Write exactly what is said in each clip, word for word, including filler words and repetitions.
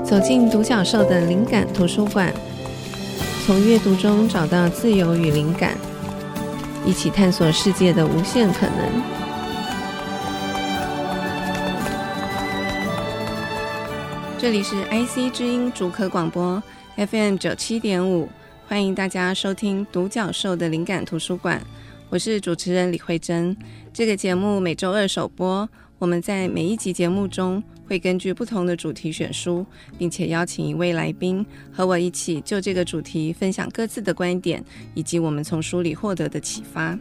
走进独角兽的灵感图书馆，从阅读中找到自由与灵感，一起探索世界的无限可能。这里是 I C 之音竹科广播 F M 九七点五，欢迎大家收听独角兽的灵感图书馆，我是主持人李慧珍。这个节目每周二首播，我们在每一集节目中会根据不同的主题选书，并且邀请一位来宾和我一起就这个主题分享各自的观点，以及我们从书里获得的启发。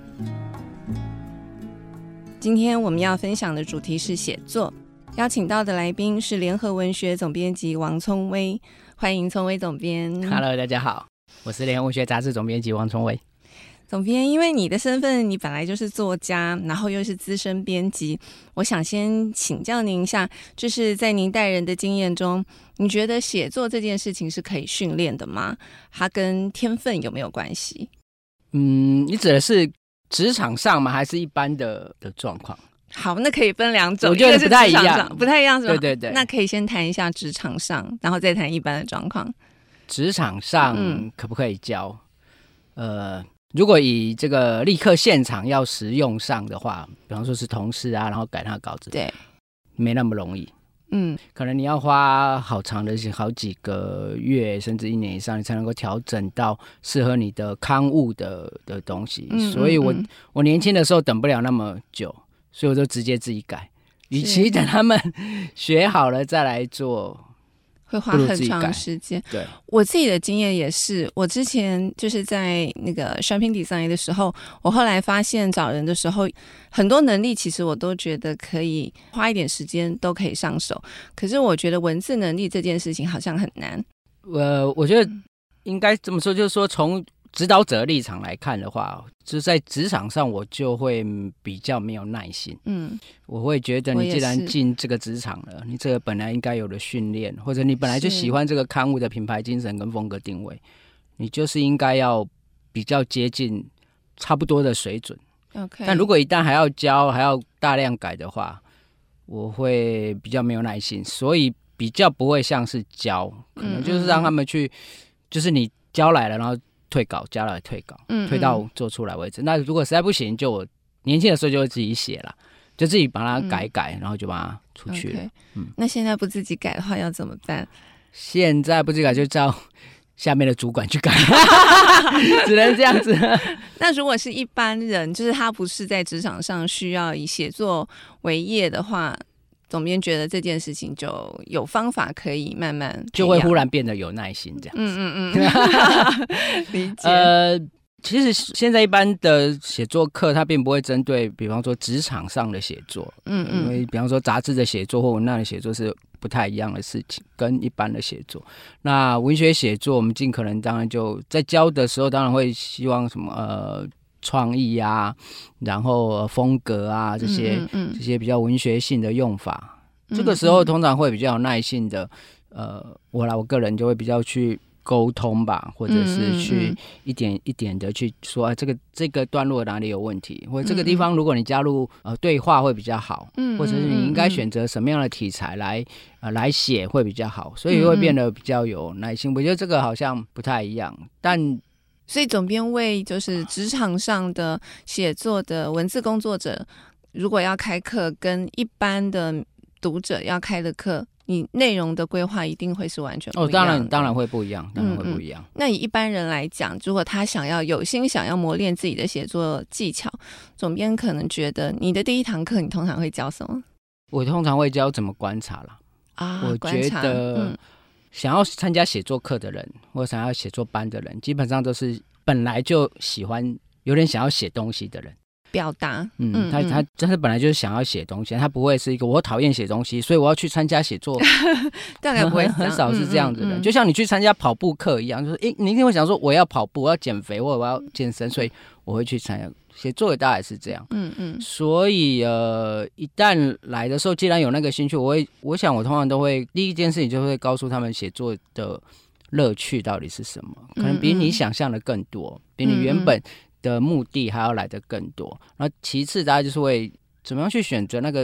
今天我们要分享的主题是写作，邀请到的来宾是联合文学总编辑王聪威，欢迎聪威总编。 Hello， 大家好，我是联合文学杂志总编辑王聪威。 总编，因为你的身份，你本来就是作家，然后又是资深编辑，我想先请教您一下，就是在您带人的经验中，你觉得写作这件事情是可以训练的吗？它跟天分有没有关系？ 嗯，你指的是职场上吗？还是一般的的状况？ 好，那可以分两种， 我觉得不太一样， 不太一样是吗？ 对对对。 那可以先谈一下职场上，然后再谈一般的状况。 职场上可不可以教？嗯、呃。如果以这个立刻现场要实用上的话，比方说是同事啊，然后改他的稿子， 对， 没那么容易。嗯，可能你要花好长的好几个月，甚至一年以上，你才能够调整到适合你的刊物的的东西。嗯嗯嗯，所以我我年轻的时候等不了那么久，所以我就直接自己改，与其等他们学好了再来做。 会花很长时间。 对， 我自己的经验也是，我之前就是在那个 shopping design 的时候，我后来发现找人的时候，很多能力其实我都觉得可以花一点时间都可以上手，可是我觉得文字能力这件事情好像很难。 呃，我觉得应该这么说，就是说从指导者立场来看的话，就是在职场上我就会比较没有耐心。嗯，我会觉得你既然进这个职场了，你这个本来应该有的训练，或者你本来就喜欢这个刊物的品牌精神跟风格定位，你就是应该要比较接近差不多的水准。Okay. 但如果一旦还要教还要大量改的话，我会比较没有耐心，所以比较不会像是教，可能就是让他们去，嗯嗯嗯，就是你教来了，然后退稿，加了退稿，嗯嗯，退到做出来为止。那如果实在不行，就我年轻的时候就会自己写了，就自己把它改改，嗯，然后就把它出去了。Okay. 嗯， 那现在不自己改的话要怎么办？ 现在不自己改就照下面的主管去改，只能这样子。 那如果是一般人，就是他不是在职场上需要以写作为业的话，总编觉得这件事情就有方法可以慢慢就会忽然变得有耐心这样子。 嗯嗯嗯，理解。 呃，其实现在一般的写作课，它并不会针对，比方说职场上的写作，嗯嗯，因为比方说杂志的写作或文案的写作是不太一样的事情，跟一般的写作。那文学写作，我们尽可能当然就在教的时候，当然会希望什么呃。创意啊，然后风格啊，这些、嗯嗯、这些比较文学性的用法，嗯、这个时候通常会比较有耐性的，呃，我啦，我个人就会比较去沟通吧，或者是去一点一点的去说，啊、这个这个段落哪里有问题，或者这个地方如果你加入呃对话会比较好，嗯、或者是你应该选择什么样的题材来呃来写会比较好，所以会变得比较有耐心。我觉得这个好像不太一样，但。 所以总编为就是职场上的写作的文字工作者，如果要开课，跟一般的读者要开的课，你内容的规划一定会是完全不一样的。哦， 当然当然会不一样，当然会不一样。 嗯嗯，那以一般人来讲，如果他想要有心想要磨练自己的写作技巧，总编可能觉得你的第一堂课你通常会教什么？ 我通常会教怎么观察啦。啊，我觉得。想要参加写作课的人，或者想要写作班的人，基本上都是本来就喜欢有点想要写东西的人， 表达。 嗯，嗯他他他本来就是想要写东西，他不会是一个我讨厌写东西，所以我要去参加写作， 大概不会， 很少是这样子的人。嗯嗯嗯，就像你去参加跑步课一样，就是诶，你一定会想说我要跑步，我要减肥，或者我要健身，所以我会去参加。写作也大概是这样，嗯嗯，所以呃，一旦来的时候，既然有那个兴趣，我会，我想我通常都会第一件事情就会告诉他们写作的乐趣到底是什么，可能比你想象的更多，嗯嗯，比你原本的目的还要来得更多。然后其次，大家就是会怎么样去选择那个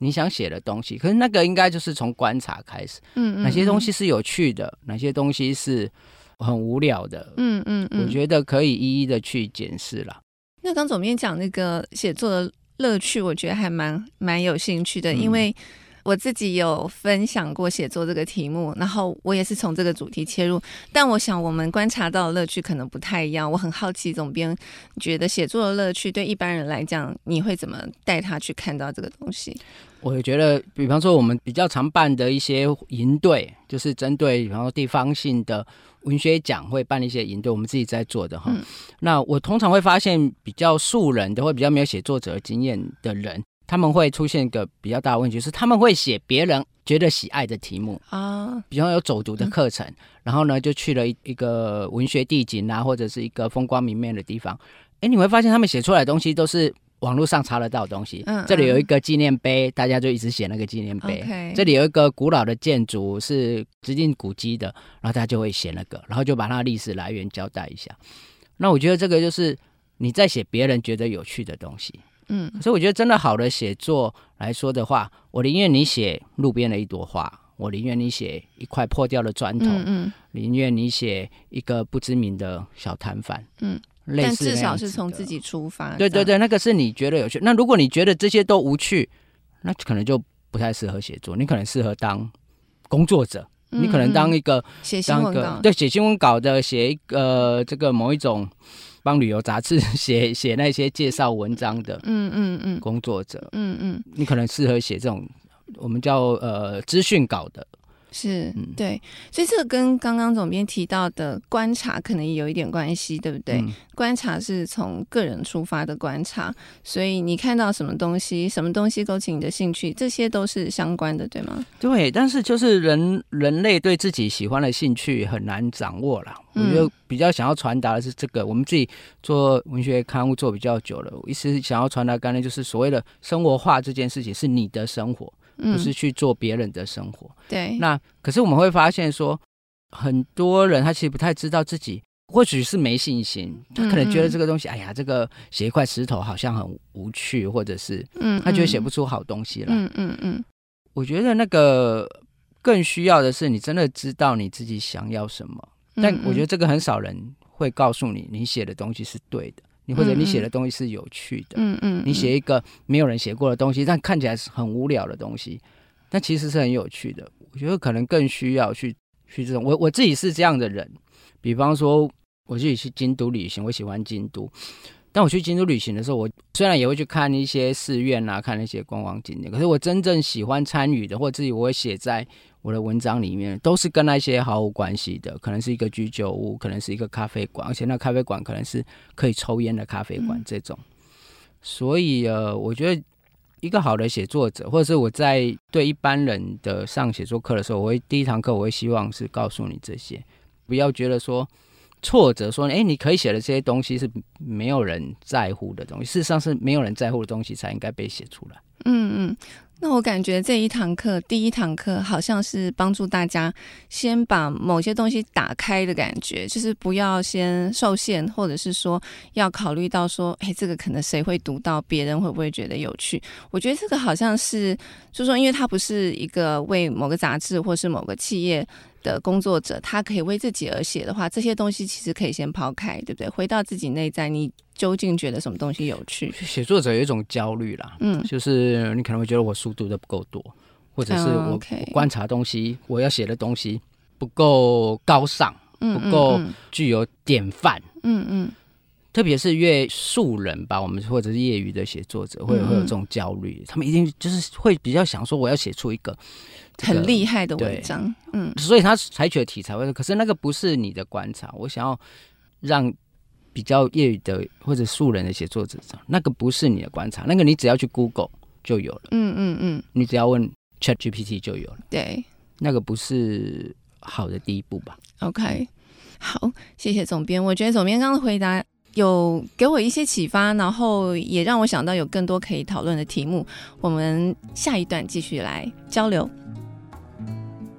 你想写的东西。可是那个应该就是从观察开始，嗯嗯嗯，哪些东西是有趣的，哪些东西是很无聊的，嗯嗯嗯，我觉得可以一一的去检视啦。 那刚总编讲那个写作的乐趣，我觉得还蛮蛮有兴趣的，嗯，因为我自己有分享过写作这个题目，然后我也是从这个主题切入，但我想我们观察到的乐趣可能不太一样。我很好奇总编觉得写作的乐趣对一般人来讲，你会怎么带他去看到这个东西？ 我觉得比方说我们比较常办的一些营队，就是针对比方说地方性的文学奖会办一些营队，我们自己在做的哈，嗯。那我通常会发现比较素人的或比较没有写作者经验的人，他们会出现一个比较大的问题，就是他们会写别人觉得喜爱的题目啊，比方有走读的课程，嗯，然后呢就去了一一个文学地景啊，或者是一个风光明媚的地方，哎，你会发现他们写出来的东西都是网络上查得到的东西，嗯嗯，这里有一个纪念碑，大家就一直写那个纪念碑， okay. 这里有一个古老的建筑是指定古迹的，然后大家就会写那个，然后就把它的历史来源交代一下。那我觉得这个就是你在写别人觉得有趣的东西，嗯，所以我觉得真的好的写作来说的话，我宁愿你写路边的一朵花，我宁愿你写一块破掉的砖头，嗯嗯，宁愿你写一个不知名的小摊贩，嗯， 但至少是从自己出发。 对对对，那个是你觉得有趣。那如果你觉得这些都无趣，那可能就不太适合写作，你可能适合当工作者，嗯嗯，你可能当一个写新闻稿， 对，写新闻稿的，写一个这个某一种帮旅游杂志写写那些介绍文章的，嗯嗯嗯，工作者，嗯嗯，你可能适合写这种我们叫呃资讯稿的。 是，对，所以这个跟刚刚总编提到的观察可能也有一点关系，对不对？嗯，观察是从个人出发的观察，所以你看到什么东西，什么东西勾起你的兴趣，这些都是相关的，对吗？ 对，但是就是人人类对自己喜欢的兴趣很难掌握啦。我觉得比较想要传达的是这个，我们自己做文学刊物做比较久了，我一直想要传达概念就是所谓的生活化这件事情是你的生活，不是去做别人的生活，嗯，对。那可是我们会发现说，很多人他其实不太知道自己，或许是没信心，他可能觉得这个东西，嗯嗯，哎呀，这个写一块石头好像很无趣，或者是他觉得写不出好东西来。嗯嗯嗯。我觉得那个更需要的是你真的知道你自己想要什么，嗯嗯，但我觉得这个很少人会告诉你，你写的东西是对的。你或者你写的东西是有趣的，嗯嗯，你写一个没有人写过的东西，但看起来是很无聊的东西，但其实是很有趣的。我觉得可能更需要去去这种，我我自己是这样的人。比方说，我自己去京都旅行，我喜欢京都，但我去京都旅行的时候，我虽然也会去看一些寺院啊，看那些观光景点，可是我真正喜欢参与的，或者自己我会写在我的文章里面，都是跟那些毫无关系的，可能是一个居酒屋，可能是一个咖啡馆，而且那咖啡馆可能是可以抽烟的咖啡馆，这种。嗯，所以呃，我觉得一个好的写作者，或者是我在对一般人的上写作课的时候，我会第一堂课我会希望是告诉你这些，不要觉得说挫折，说哎，你可以写的这些东西是没有人在乎的东西，事实上是没有人在乎的东西才应该被写出来。嗯嗯。那我感觉这一堂课，第一堂课好像是帮助大家先把某些东西打开的感觉，就是不要先受限，或者是说要考虑到说，哎，这个可能谁会读到，别人会不会觉得有趣？我觉得这个好像是，就是说，因为它不是一个为某个杂志或是某个企业的工作者，他可以为自己而写的话，这些东西其实可以先抛开，对不对？回到自己内在，你究竟觉得什么东西有趣？ 写作者有一种焦虑啦，嗯，就是你可能会觉得我书读的不够多，或者是我, 我观察东西，我要写的东西不够高尚，嗯，不够具有典范，嗯嗯。特别是越素人吧，我们或者是业余的写作者会会有这种焦虑，他们一定就是会比较想说，我要写出一个、 这个、很厉害的文章，嗯， 所以他采取的题材会说，可是那个不是你的观察，我想要让比较业余的或者素人的写作者，那个不是你的观察，那个你只要去 Google 就有了，嗯嗯嗯，你只要问 ChatGPT 就有了， 对， 那个不是好的第一步吧 ？OK， 好，谢谢总编，我觉得总编刚刚的回答有给我一些启发，然后也让我想到有更多可以讨论的题目，我们下一段继续来交流。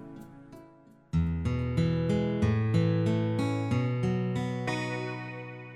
这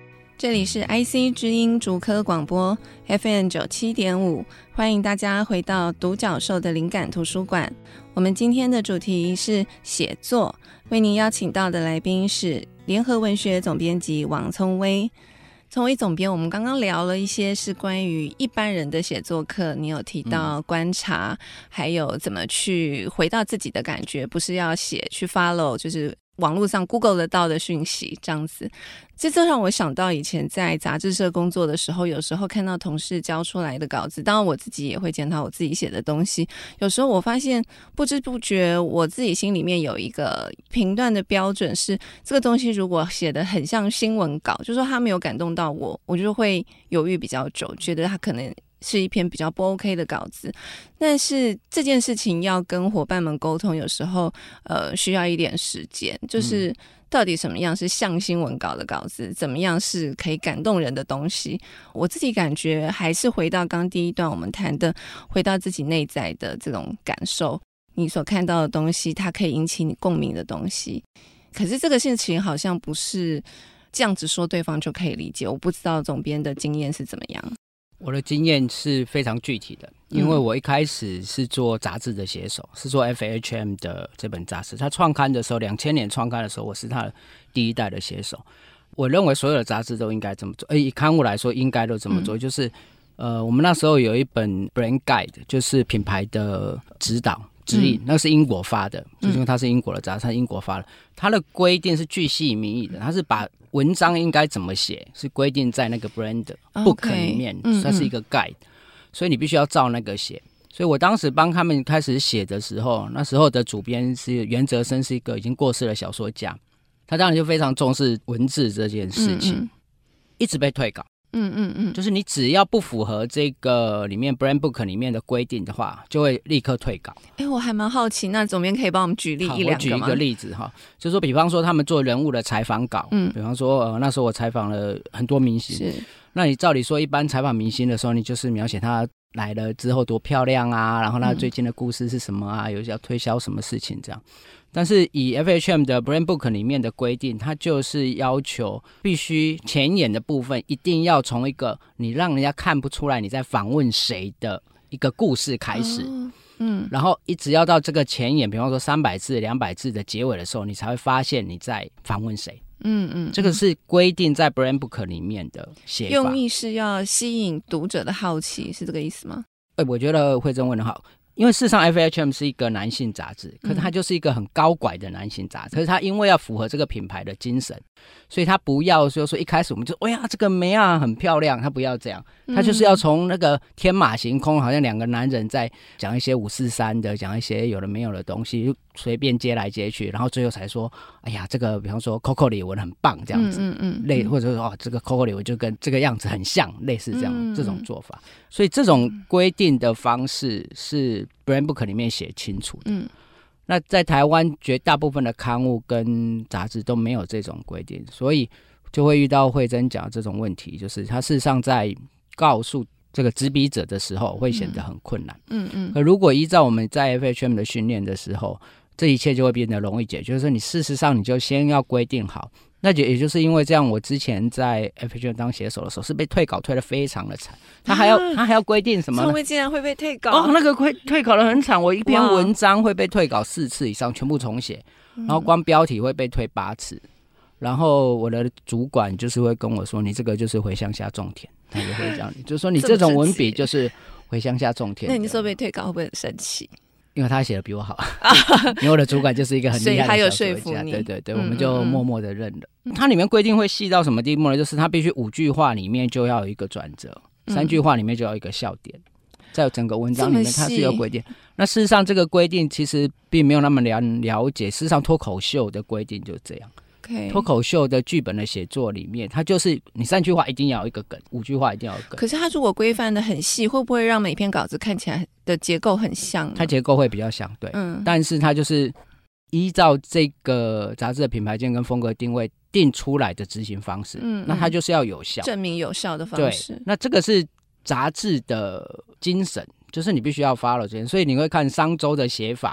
这里是 I C 之音竹科广播 F M 九十七点五， 欢迎大家回到独角兽的灵感图书馆。我们今天的主题是写作，为您邀请到的来宾是联合文学总编辑王聪威。聪威总编，我们刚刚聊了一些是关于一般人的写作课，你有提到观察、嗯、还有怎么去回到自己的感觉，不是要写去 follow 就是网络上 Google 得到的讯息这样子。这就让我想到以前在杂志社工作的时候，有时候看到同事交出来的稿子，当然我自己也会检讨我自己写的东西，有时候我发现不知不觉我自己心里面有一个评断的标准，是这个东西如果写得很像新闻稿，就是说它没有感动到我，我就会犹豫比较久，觉得它可能是一篇比较不 OK 的稿子。但是这件事情要跟伙伴们沟通，有时候呃需要一点时间，就是到底什么样是像新闻稿的稿子，怎么样是可以感动人的东西。我自己感觉还是回到刚第一段我们谈的，回到自己内在的这种感受，你所看到的东西它可以引起你共鸣的东西。可是这个事情好像不是这样子说对方就可以理解，我不知道总编的经验是怎么样。 我的经验是非常具体的，因为我一开始是做杂志的写手，是做 F H M 的这本杂志。它创刊的时候，两千年创刊的时候，我是它的第一代的写手。我认为所有的杂志都应该这么做，以刊物来说，应该都这么做。嗯、就是呃，我们那时候有一本 Brand Guide， 就是品牌的指导指引，嗯、那是英国发的，就是因为它是英国的杂志，它是英国发的。它的规定是巨细靡遗的，它是把文章应该怎么写是规定在那个 brand book 里面， okay, 它是一个 guide，嗯嗯，所以你必须要照那个写。所以我当时帮他们开始写的时候，那时候的主编是袁哲生，是一个已经过世的小说家，他当然就非常重视文字这件事情，嗯嗯，一直被退稿。嗯嗯嗯，就是你只要不符合这个里面 brand book 里面的规定的话，就会立刻退稿。哎、 欸，我还蛮好奇，那总编可以帮我们举例一两个吗？ 我举一个例子哈，就是说，比方说他们做人物的采访稿，嗯，比方说呃那时候我采访了很多明星，是，那你照理说一般采访明星的时候，你就是描写他来了之后多漂亮啊，然后他最近的故事是什么啊，有要推销什么事情这样。但是以 F H M 的 Brand Book 里面的规定，它就是要求必须前言的部分一定要从一个你让人家看不出来你在访问谁的一个故事开始，哦嗯，然后一直要到这个前言，比方说三百字、两百字的结尾的时候，你才会发现你在访问谁。嗯嗯，这个是规定在 Brand Book 里面的写法， 用意是要吸引读者的好奇，是这个意思吗？ 欸、我觉得慧珍问得好。因为事实上 F H M 是一个男性杂志，可是它就是一个很高拐的男性杂志，可是它因为要符合这个品牌的精神，所以它不要说说一开始我们就哎呀这个梅啊很漂亮，它不要这样，它就是要从那个天马行空，好像两个男人在讲一些五四三的，讲一些有的没有的东西，随便接来接去，然后最后才说哎呀这个比方说 Coco 李玟很棒这样子，嗯嗯嗯，类或者说哦这个 Coco 李玟就跟这个样子很像，类似这样、嗯、这种做法，所以这种规定的方式是Brand Book 里面写清楚的，嗯，那在台湾绝大部分的刊物跟杂志都没有这种规定，所以就会遇到慧珍讲这种问题，就是他事实上在告诉这个执笔者的时候会显得很困难，嗯嗯，可如果依照我们在 F H M 的训练的时候，这一切就会变得容易解决，就是你事实上你就先要规定好。那也就是因为这样，我之前在 F H M 当写手的时候是被退稿退得非常的惨，他还要、啊、他还要规定什么呢？ 聪威竟然会被退稿哦，那个退退稿的很惨，我一篇文章会被退稿四次以上，全部重写，然后光标题会被退八次，然后我的主管就是会跟我说，你这个就是回乡下种田，他就会这样，就是说你这种文笔就是回乡下种田。 那你说被退稿会不会很生气？ 因为他写的比我好，因为我的主管就是一个很厉害的小说家，对对对，我们就默默的认了。嗯嗯，它里面规定会细到什么地步呢？就是它必须五句话里面就要有一个转折，嗯、三句话里面就要有一个笑点，在整个文章里面它是有规定。那事实上这个规定其实并没有那么 了, 了解，事实上脱口秀的规定就是这样。脱口秀的剧本的写作里面，它就是你三句话一定要有一个梗，五句话一定要有梗。 可是它如果规范的很细，会不会让每篇稿子看起来的结构很像呢？ 它结构会比较像，对，嗯，但是它就是依照这个杂志的品牌建跟风格定位定出来的执行方式，嗯，那它就是要有效， 证明有效的方式。 对，那这个是杂志的精神，就是你必须要 follow 这些，所以你会看商周的写法。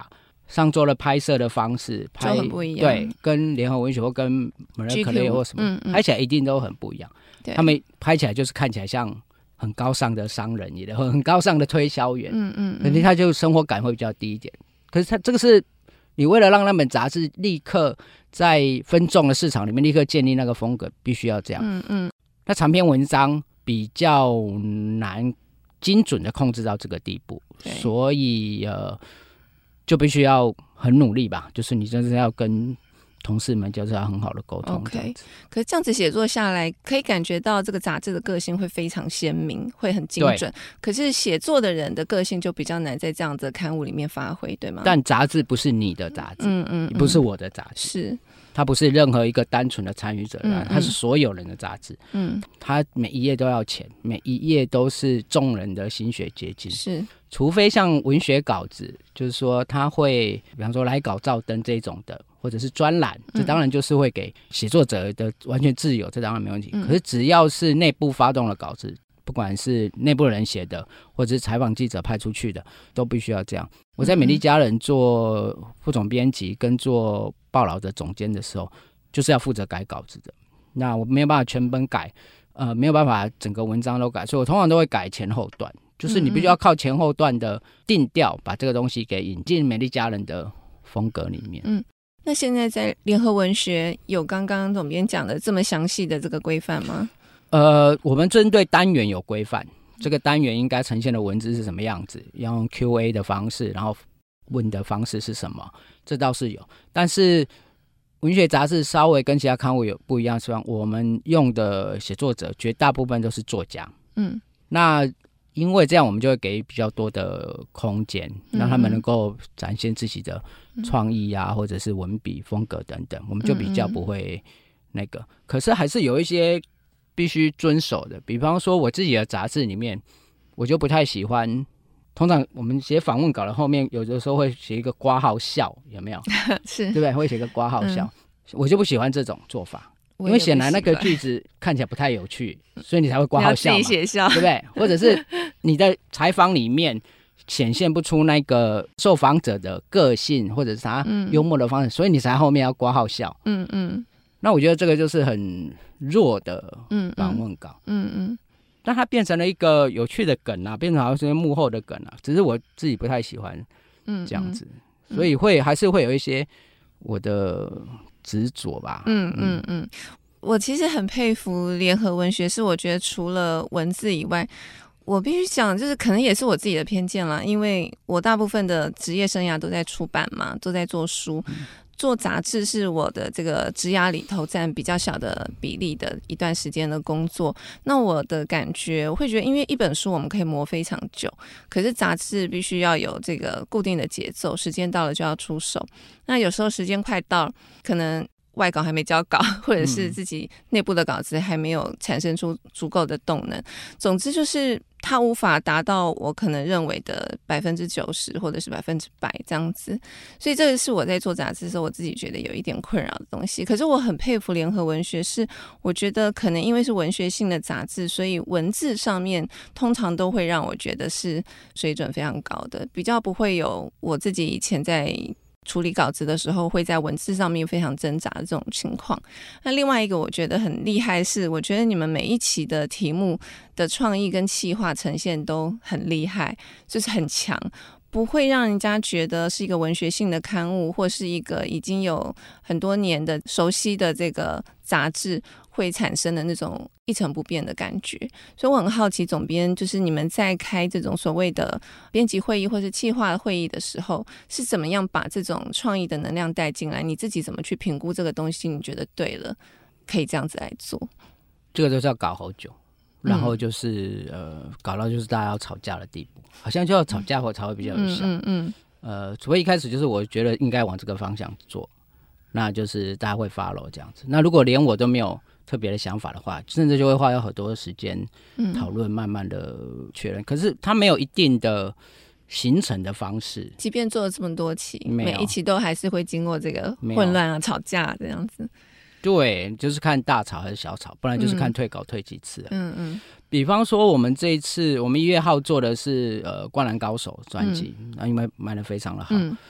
上周的拍摄的方式拍就很不一样， 对，跟联合文学或跟 Marie 或什么、嗯嗯、拍起来一定都很不一样。他们拍起来就是看起来像很高尚的商人一样，很高尚的推销员，嗯嗯，肯定他就生活感会比较低一点。可是他这个是你为了让那本杂志立刻在分众的市场里面立刻建立那个风格，必须要这样。嗯嗯，那长篇文章比较难精准的控制到这个地步，所以呃，就必须要很努力吧，就是你真的要跟同事们就是要很好的沟通。 OK， 可是这样子写作下来，可以感觉到这个杂志的个性会非常鲜明，会很精准。可是写作的人的个性就比较难在这样子的刊物里面发挥，对吗？ 但杂志不是你的杂志，嗯嗯，不是我的杂志， 是它不是任何一个单纯的参与者，嗯嗯，它是所有人的杂志。嗯，它每一页都要钱，每一页都是众人的心血结晶。 是， 除非像文学稿子，就是说他会，比方说来稿照登这种的，或者是专栏，这当然就是会给写作者的完全自由，这当然没问题。嗯、可是只要是内部发动的稿子，不管是内部人写的，或者是采访记者派出去的，都必须要这样。我在美丽佳人做副总编辑跟做报劳的总监的时候，就是要负责改稿子的。那我没有办法全本改，呃，没有办法整个文章都改，所以我通常都会改前后段。就是你必须要靠前后段的定调，把这个东西给引进美丽佳人的风格里面。嗯， 那现在在联合文学有刚刚总编讲的这么详细的这个规范吗？ 呃，我们针对单元有规范，这个单元应该呈现的文字是什么样子，要用 Q A 的方式，然后问的方式是什么，这倒是有。但是文学杂志稍微跟其他刊物有不一样，是吧？我们用的写作者绝大部分都是作家。嗯，那因为这样我们就会给比较多的空间，让他们能够展现自己的创意啊、嗯、或者是文笔风格等等，我们就比较不会那个。可是还是有一些必须遵守的，比方说我自己的杂志里面，我就不太喜欢，通常我们写访问稿的后面有的时候会写一个括号笑，有没有？ 是， 对不对？会写个括号笑、嗯、我就不喜欢这种做法，因为显然那个句子看起来不太有趣，所以你才会括号笑嘛， 你要自己写笑， 对不对？或者是你在采访里面显现不出那个受访者的个性，或者是他幽默的方式、嗯、所以你才后面要括号笑。嗯嗯，那我觉得这个就是很弱的访问稿。嗯 嗯, 嗯，但它变成了一个有趣的梗啊，变成好像是幕后的梗啊，只是我自己不太喜欢这样子，嗯嗯、所以会还是会有一些我的执着吧。 嗯嗯嗯，我其实很佩服联合文学，是我觉得除了文字以外，我必须讲，就是可能也是我自己的偏见啦，因为我大部分的职业生涯都在出版嘛，都在做书。嗯，做杂志是我的这个职涯里头占比较小的比例的一段时间的工作。那我的感觉，我会觉得，因为一本书我们可以磨非常久，可是杂志必须要有这个固定的节奏，时间到了就要出手。那有时候时间快到，可能外稿还没交稿，或者是自己内部的稿子还没有产生出足够的动能。总之就是它无法达到我可能认为的百分之九十或者是百分之百这样子，所以这个是我在做杂志的时候我自己觉得有一点困扰的东西。可是我很佩服联合文学，是我觉得可能因为是文学性的杂志，所以文字上面通常都会让我觉得是水准非常高的，比较不会有我自己以前在处理稿子的时候会在文字上面非常挣扎的这种情况。那另外一个我觉得很厉害是，我觉得你们每一期的题目的创意跟企划呈现都很厉害，就是很强，不会让人家觉得是一个文学性的刊物，或是一个已经有很多年的熟悉的这个杂志会产生的那种一成不变的感觉。所以我很好奇总编，就是你们在开这种所谓的编辑会议或是企划会议的时候，是怎么样把这种创意的能量带进来？你自己怎么去评估这个东西，你觉得对了可以这样子来做？ 这个就是要搞好久，然后就是、嗯、呃，搞到就是大家要吵架的地步，好像就要吵架或才会比较有效。嗯 嗯, 嗯呃，除非一开始就是我觉得应该往这个方向做，那就是大家会 follow 这样子。那如果连我都没有特别的想法的话，甚至就会花有很多时间讨论，慢慢的确认、嗯。可是它没有一定的形成的方式， 即便做了这么多期，每一期都还是会经过这个混乱啊、吵架这样子。 对，就是看大吵还是小吵，不然就是看退稿退几次、啊。嗯嗯。比方说，我们这一次，我们一月号做的是呃《灌篮高手》专辑，那、嗯、因为卖得非常的好。嗯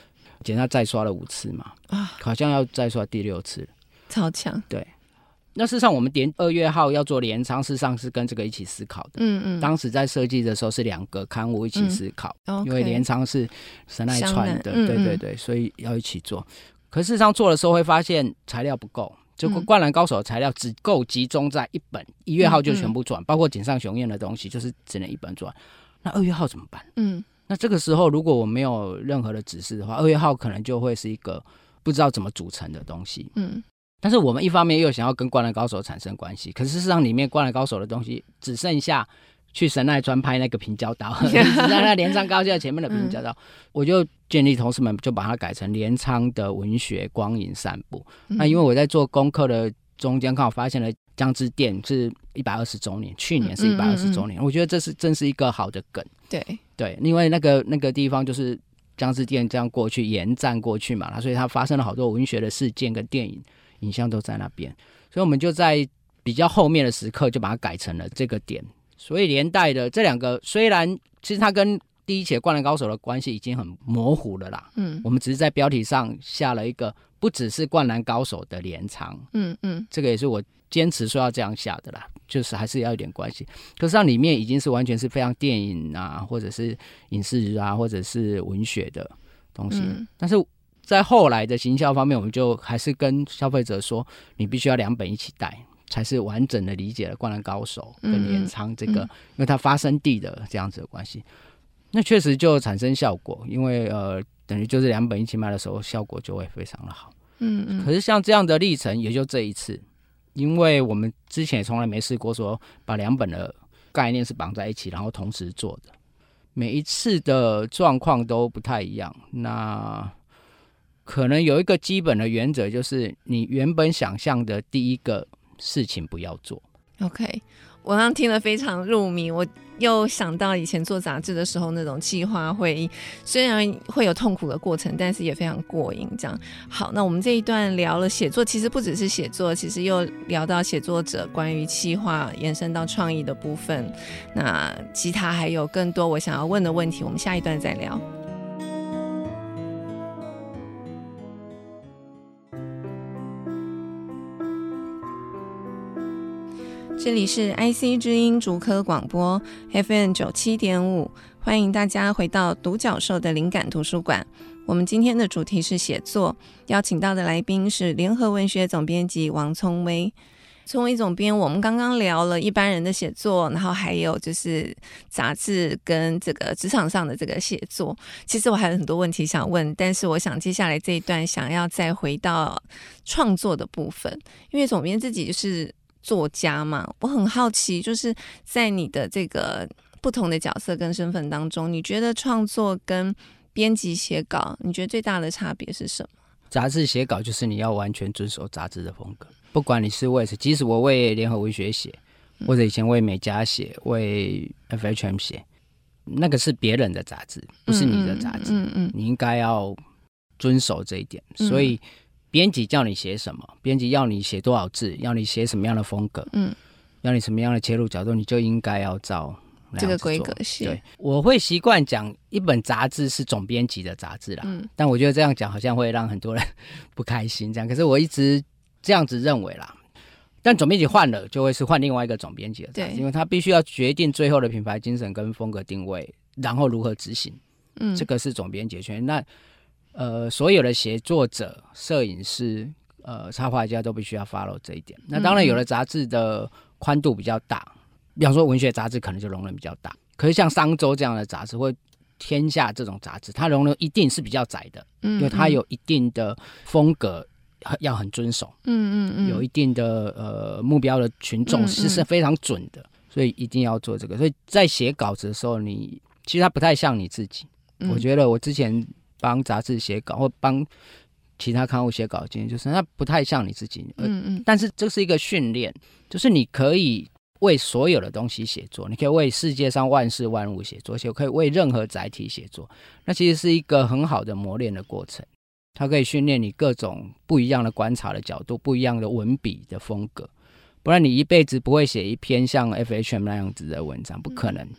检查再刷了五次嘛，啊，好像要再刷第六次了， 超强。 对，那事实上我们连二月号要做联昌，事实上是跟这个一起思考的。嗯嗯，当时在设计的时候是两个刊物一起思考，嗯、因为联昌是神奈川的，嗯嗯对对对，所以要一起做。可事实上做的时候会发现材料不够，就灌篮高手的材料只够集中在一本，一月号就全部做完，嗯嗯包括井上雄彦的东西，就是只能一本做完。那二月号怎么办？嗯。那这个时候如果我没有任何的指示的话，二月号可能就会是一个不知道怎么组成的东西。嗯，但是我们一方面又想要跟灌篮高手产生关系，可是事实上里面灌篮高手的东西只剩下去神奈川拍那个平交道，只剩下镰仓高校前面的平交道、嗯、我就建议同事们就把它改成镰仓的文学光影散步、嗯、那因为我在做功课的中间刚好发现了江之店是一百二十周年，去年是一百二十周年、嗯嗯嗯、我觉得这是真是一个好的梗。 对对，因为那个那个地方就是江之店这样过去沿战过去嘛，所以它发生了好多文学的事件跟电影影像都在那边，所以我们就在比较后面的时刻就把它改成了这个点。所以连带的这两个虽然其实它跟第一期的灌篮高手的关系已经很模糊了啦，嗯，我们只是在标题上下了一个不只是灌篮高手的镰仓，嗯嗯，这个也是我坚持说要这样下的啦，就是还是要有点关系。可是它里面已经是完全是非常电影啊，或者是影视啊，或者是文学的东西、嗯、但是在后来的行销方面，我们就还是跟消费者说你必须要两本一起带，才是完整的理解了灌篮高手跟镰仓这个、嗯嗯、因为它发生地的这样子的关系。那确实就产生效果，因为呃，等于就是两本一起卖的时候效果就会非常的好。嗯嗯。可是像这样的历程也就这一次，因为我们之前也从来没试过说把两本的概念是绑在一起然后同时做的，每一次的状况都不太一样。那可能有一个基本的原则，就是你原本想象的第一个事情不要做。 OK， 我刚刚听了非常入迷，我又想到以前做杂志的时候那种企划会议，虽然会有痛苦的过程，但是也非常过瘾这样。好，那我们这一段聊了写作，其实不只是写作，其实又聊到写作者关于企划延伸到创意的部分，那其他还有更多我想要问的问题，我们下一段再聊。这里是 I C 之音竹科广播 F M 九十七点五， 欢迎大家回到独角兽的灵感图书馆。我们今天的主题是写作，邀请到的来宾是联合文学总编辑王聪威。聪威总编，我们刚刚聊了一般人的写作，然后还有就是杂志跟这个职场上的这个写作，其实我还有很多问题想问，但是我想接下来这一段想要再回到创作的部分，因为总编自己就是作家嘛，我很好奇，就是在你的这个不同的角色跟身份当中，你觉得创作跟编辑写稿，你觉得最大的差别是什么？ 杂志写稿就是你要完全遵守杂志的风格，不管你是为，即使我为联合文学写，或者以前为美家写，为 F H M 写，那个是别人的杂志，不是你的杂志，嗯嗯嗯嗯，你应该要遵守这一点。嗯、所以编辑叫你写什么，编辑要你写多少字，要你写什么样的风格，嗯，要你什么样的切入角度，你就应该要照这个规格写。 对，我会习惯讲一本杂志是总编辑的杂志啦、嗯，但我觉得这样讲好像会让很多人不开心，这样，可是我一直这样子认为啦。但总编辑换了，就会是换另外一个总编辑的杂志，因为他必须要决定最后的品牌精神跟风格定位，然后如何执行，嗯，这个是总编辑的权。那呃，所有的写作者、摄影师、呃，插画家都必须要 follow 这一点。那当然，有的杂志的宽度比较大。比方说文学杂志可能就容忍比较大，可是像商周这样的杂志或天下这种杂志，它容忍一定是比较窄的，嗯嗯，因为它有一定的风格要很遵守，嗯嗯嗯，有一定的呃目标的群众是是非常准的，嗯嗯，所以一定要做这个。所以在写稿子的时候，你其实它不太像你自己。嗯、我觉得我之前帮杂志写稿或帮其他刊物写稿经验，就是它不太像你自己，嗯嗯，但是这是一个训练，就是你可以为所有的东西写作，你可以为世界上万事万物写作，可以为任何载体写作，那其实是一个很好的磨练的过程，它可以训练你各种不一样的观察的角度，不一样的文笔的风格，不然你一辈子不会写一篇像 F H M 那样子的文章，不可能。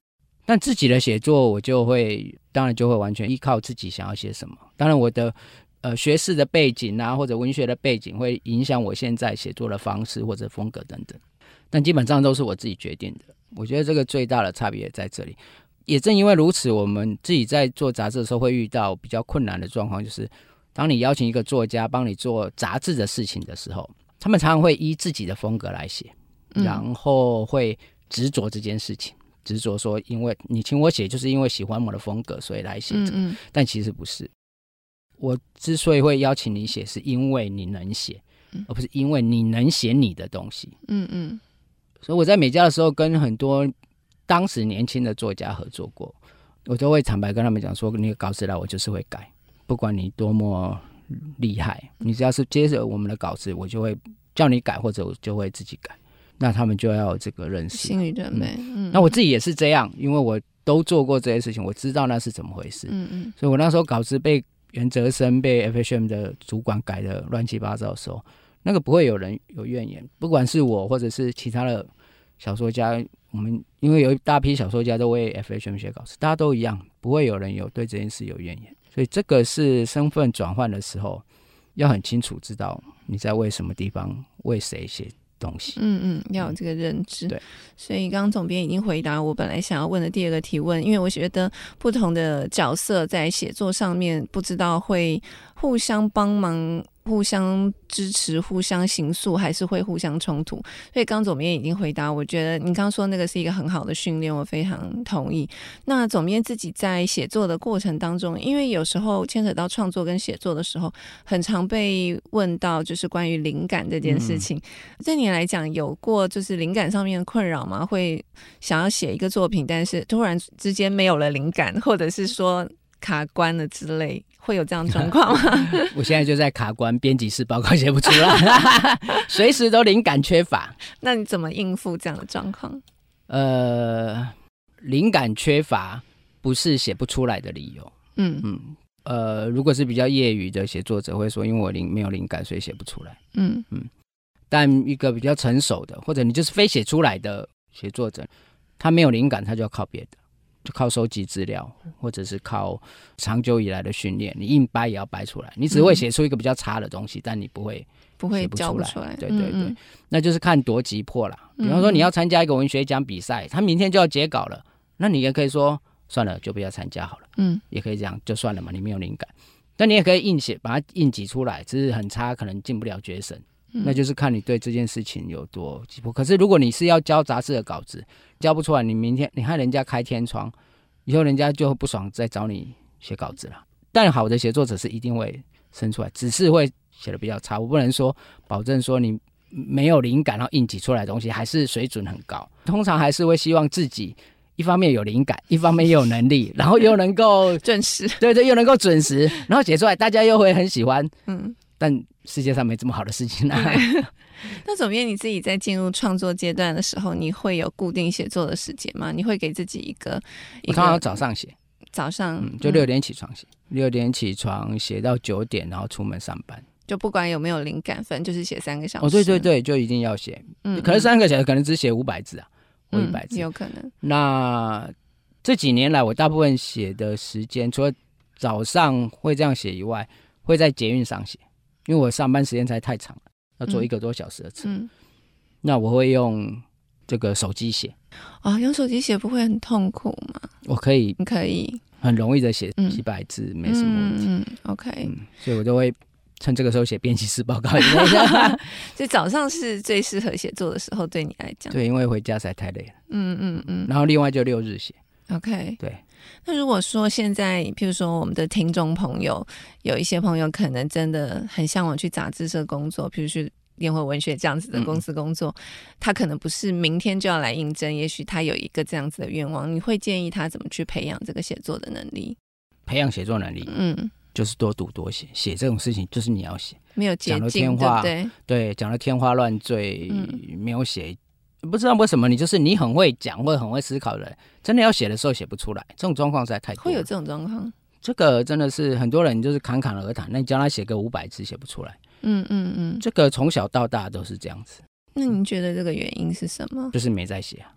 但自己的写作我就会当然就会完全依靠自己想要写什么，当然我的呃学士的背景啊或者文学的背景会影响我现在写作的方式或者风格等等，但基本上都是我自己决定的。我觉得这个最大的差别在这里，也正因为如此，我们自己在做杂志的时候会遇到比较困难的状况，就是当你邀请一个作家帮你做杂志的事情的时候，他们常常会依自己的风格来写，然后会执着这件事情，执着说因为你请我写就是因为喜欢我的风格所以来写这个、嗯嗯、但其实不是，我之所以会邀请你写是因为你能写、嗯、而不是因为你能写你的东西。嗯嗯，所以我在美加的时候跟很多当时年轻的作家合作过，我都会坦白跟他们讲说，你的稿子来我就是会改，不管你多么厉害，你只要是接着我们的稿子我就会叫你改，或者我就会自己改，那他们就要有这个认识， 心理准备、嗯嗯、 那我自己也是这样，因为我都做过这些事情，我知道那是怎么回事。嗯嗯，所以我那时候稿子被袁哲生被 F H M 的主管改的乱七八糟的时候，那个不会有人有怨言，不管是我或者是其他的小说家，我们因为有一大批小说家都为 F H M 写稿子，大家都一样，不会有人有对这件事有怨言。所以这个是身份转换的时候要很清楚知道你在为什么地方为谁写东西。 嗯嗯，要有这个认知、嗯、 对。 所以刚刚总编已经回答我本来想要问的第二个提问，因为我觉得不同的角色在写作上面不知道会互相帮忙、互相支持、互相形塑，还是会互相冲突。所以刚总编已经回答，我觉得你刚刚说那个是一个很好的训练，我非常同意。那总编自己在写作的过程当中，因为有时候牵扯到创作跟写作的时候，很常被问到就是关于灵感这件事情、嗯、对你来讲有过就是灵感上面的困扰吗？会想要写一个作品，但是突然之间没有了灵感，或者是说卡关了之类，会有这样的状况吗？ 我现在就在卡关，编辑室报告写不出来随时都灵感缺乏。 那你怎么应付这样的状况？ 呃，灵感缺乏不是写不出来的理由。嗯嗯，呃，如果是比较业余的写作者会说，因为我灵没有灵感，所以写不出来。嗯嗯，但一个比较成熟的，或者你就是非写出来的写作者，他没有灵感，他就要靠别的。就靠收集资料，或者是靠长久以来的训练，你硬掰也要掰出来。你只会写出一个比较差的东西、嗯、但你不会不会交不出来。 对对对、嗯嗯，那就是看多急迫啦。比方说你要参加一个文学奖比赛，他明天就要截稿了，那你也可以说算了，就不要参加好了。嗯，也可以这样，就算了嘛，你没有灵感。但你也可以硬写，把它硬挤出来，只是很差，可能进不了决审。那就是看你对这件事情有多急迫。可是如果你是要交杂志的稿子，交不出来，你明天你看人家开天窗，以后人家就不爽再找你写稿子了。但好的写作者是一定会生出来，只是会写的比较差。我不能说保证说你没有灵感然后硬挤出来的东西还是水准很高，通常还是会希望自己一方面有灵感，一方面又有能力，然后又能够准时， 对对，又能够准时，然后写出来大家又会很喜欢。嗯，但世界上没这么好的事情啊。 那总编你自己在进入创作阶段的时候，你会有固定写作的时间吗？你会给自己一个我常常早上写， 早上、 嗯、就六点起床写，六、嗯、点起床写到九点，然后出门上班， 就不管有没有灵感，反正就是写三个小时。 哦，对对对，就一定要写。嗯，可能三个小时可能只写五百字啊，或一百字、 嗯，有可能。 那这几年来，我大部分写的时间，除了早上会这样写以外，会在捷运上写，因为我上班时间才太长了，要坐一个多小时的车。嗯，那我会用这个手机写。 哦，用手机写不会很痛苦吗？ 我可以， 你可以很容易的写几百字、嗯，没什么问题。嗯 ，OK、嗯。 所以我都会趁这个时候写编辑室报告。 所以早上是最适合写作的时候，对你来讲。 对，因为回家实在太累了。 嗯嗯嗯。 然后另外就六日写。 OK。 对。 那如果说现在譬如说我们的听众朋友有一些朋友可能真的很向往去杂志社工作，譬如去联合文学这样子的公司工作、嗯、他可能不是明天就要来应征，也许他有一个这样子的愿望，你会建议他怎么去培养这个写作的能力？培养写作能力嗯，就是多读多写，写这种事情就是你要写， 没有捷径， 讲了天花， 对不对？ 对，讲了天花乱坠、嗯、没有写，不知道为什么你就是你很会讲或者很会思考的人，真的要写的时候写不出来，这种状况实在太多了。 会有这种状况？ 这个真的是很多人就是侃侃而谈，那你叫他写个五百字写不出来。嗯嗯嗯，这个从小到大都是这样子。 那您觉得这个原因是什么？ 就是没在写啊。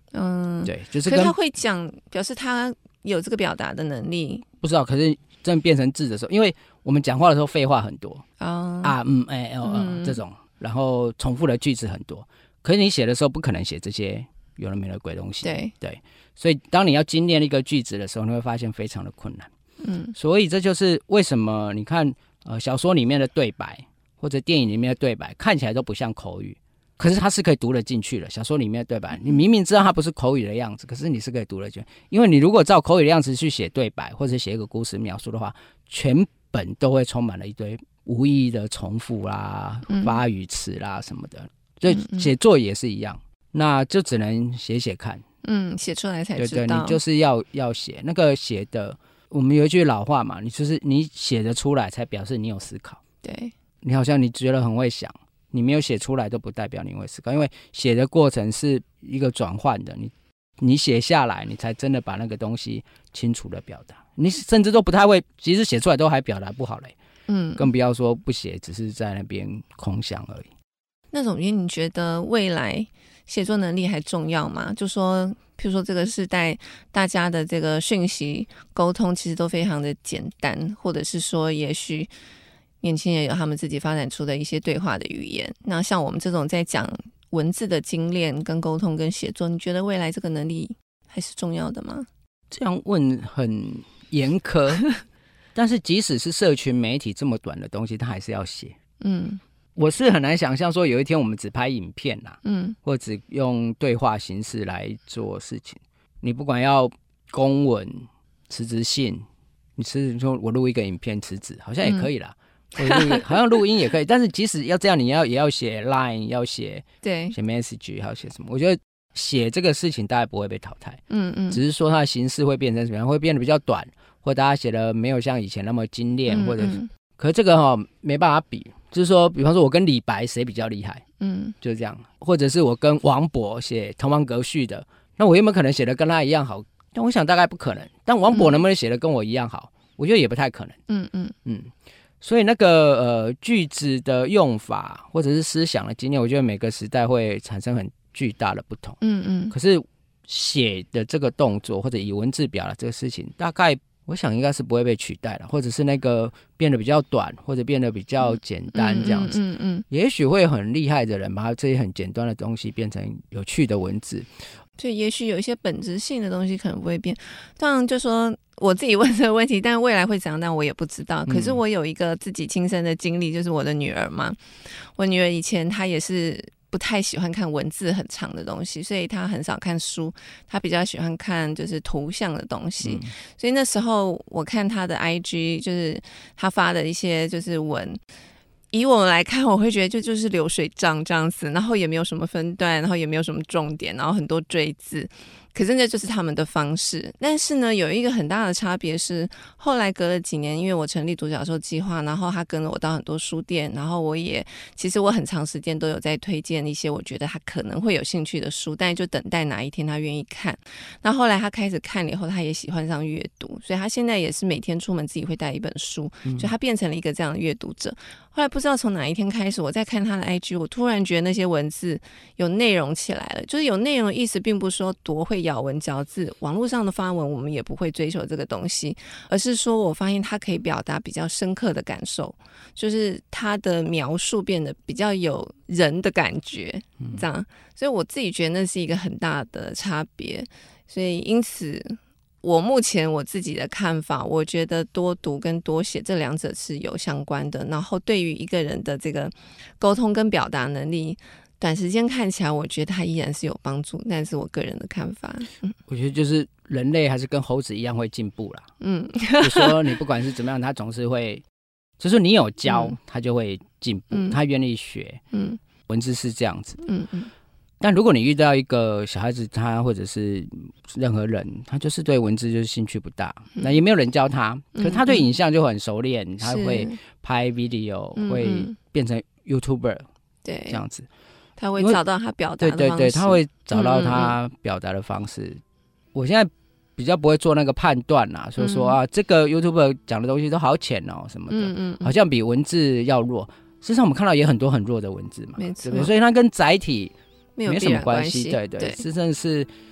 嗯， 对，就是跟可是他会讲，表示他有这个表达的能力。 不知道，可是真的变成字的时候，因为我们讲话的时候废话很多、 哦、 啊嗯哎哦、嗯、这种，然后重复的句子很多，可是你写的时候不可能写这些有的没的鬼东西。 对对，所以当你要精炼一个句子的时候，你会发现非常的困难。 嗯， 所以这就是为什么你看呃小说里面的对白或者电影里面的对白看起来都不像口语，可是它是可以读得进去的。小说里面的对白，你明明知道它不是口语的样子，可是你是可以读得进去，因为你如果照口语的样子去写对白或者写一个故事描述的话，全本都会充满了一堆无意义的重复啦、发语词啦什么的。所以写作也是一样，那就只能写写看。 嗯，写出来才知道。 对对，你就是要要写那个写的。我们有一句老话嘛，你就是你写得出来才表示你有思考。 对， 你好像你觉得很会想，你没有写出来都不代表你会思考，因为写的过程是一个转换的，你你写下来，你才真的把那个东西清楚的表达。你甚至都不太会，其实写出来都还表达不好嘞，嗯，更不要说不写，只是在那边空想而已。 那总编，你觉得未来写作能力还重要吗？就说譬如说这个世代大家的这个讯息沟通其实都非常的简单，或者是说也许年轻人有他们自己发展出的一些对话的语言，那像我们这种在讲文字的精炼跟沟通跟写作，你觉得未来这个能力还是重要的吗？ 这样问很严苛但是即使是社群媒体这么短的东西，它还是要写。嗯，我是很难想象说有一天我们只拍影片啦，嗯，或只用对话形式来做事情。你不管要公文、辞职信，你辞职说我录一个影片辞职，好像也可以啦。嗯、好像录音也可以，但是即使要这样，你要也要写 Line， 要写对写 message， 还要写什么？我觉得写这个事情大概不会被淘汰，嗯嗯，只是说它的形式会变成什么样，会变得比较短，或大家写的没有像以前那么精炼，嗯嗯或者是，可是这个哈、哦、没办法比。就是说比方说我跟李白谁比较厉害，嗯，就是这样，或者是我跟王勃写滕王阁序的，那我有没有可能写的跟他一样好？但我想大概不可能。但王勃能不能写的跟我一样好、嗯、我觉得也不太可能。嗯嗯嗯，所以那个呃句子的用法或者是思想的经验，我觉得每个时代会产生很巨大的不同。嗯嗯，可是写的这个动作或者以文字表达这个事情，大概我想应该是不会被取代了，或者是那个变得比较短，或者变得比较简单这样子。嗯嗯嗯嗯、也许会很厉害的人把这些很简单的东西变成有趣的文字。 对，也许有一些本质性的东西可能不会变。当然，就说我自己问这个问题，但未来会怎样，但我也不知道。可是我有一个自己亲身的经历，就是我的女儿嘛。我女儿以前她也是不太喜欢看文字很长的东西，所以她很少看书，她比较喜欢看就是图像的东西。嗯、所以那时候我看她的 I G， 就是她发的一些就是文。以我来看，我会觉得就就是流水账这样子，然后也没有什么分段，然后也没有什么重点，然后很多赘字，可是那就是他们的方式。但是呢，有一个很大的差别是，后来隔了几年，因为我成立独角兽计划，然后他跟了我到很多书店，然后我也其实我很长时间都有在推荐一些我觉得他可能会有兴趣的书，但就等待哪一天他愿意看。那后来他开始看了以后，他也喜欢上阅读，所以他现在也是每天出门自己会带一本书，所以他变成了一个这样的阅读者。后来不知道从哪一天开始，我在看他的 I G， 我突然觉得那些文字有内容起来了。就是有内容的意思并不是说多会咬文嚼字，网络上的发文我们也不会追求这个东西，而是说我发现他可以表达比较深刻的感受，就是他的描述变得比较有人的感觉，这样。所以我自己觉得那是一个很大的差别。所以因此我目前我自己的看法，我觉得多读跟多写这两者是有相关的。然后对于一个人的这个沟通跟表达能力，短时间看起来我觉得它依然是有帮助，但是我个人的看法、嗯、 我觉得就是人类还是跟猴子一样会进步啦。嗯，就说你不管是怎么样，他总是会，就是你有教、嗯、他就会进步、嗯、他愿意学。嗯，文字是这样子。嗯嗯，但如果你遇到一个小孩子，他或者是任何人，他就是对文字就是兴趣不大、嗯、那也没有人教他、嗯、可是他对影像就很熟练、嗯、他会拍 video、嗯、会变成 YouTuber、嗯、对，这样子他会找到他表达的方式。 对对对，他会找到他表达的方式、嗯嗯、我现在比较不会做那个判断啦，说说、嗯、啊这个 YouTuber 讲的东西都好浅哦什么的、嗯嗯嗯、好像比文字要弱。事实上我们看到也很多很弱的文字嘛，对不对？所以它跟载体没什么关系。对对，真正是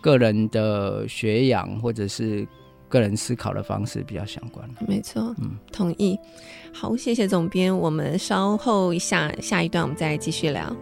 个人的学养或者是个人思考的方式比较相关。 没错，嗯，同意。好，谢谢总编，我们稍后一下下一段我们再继续聊。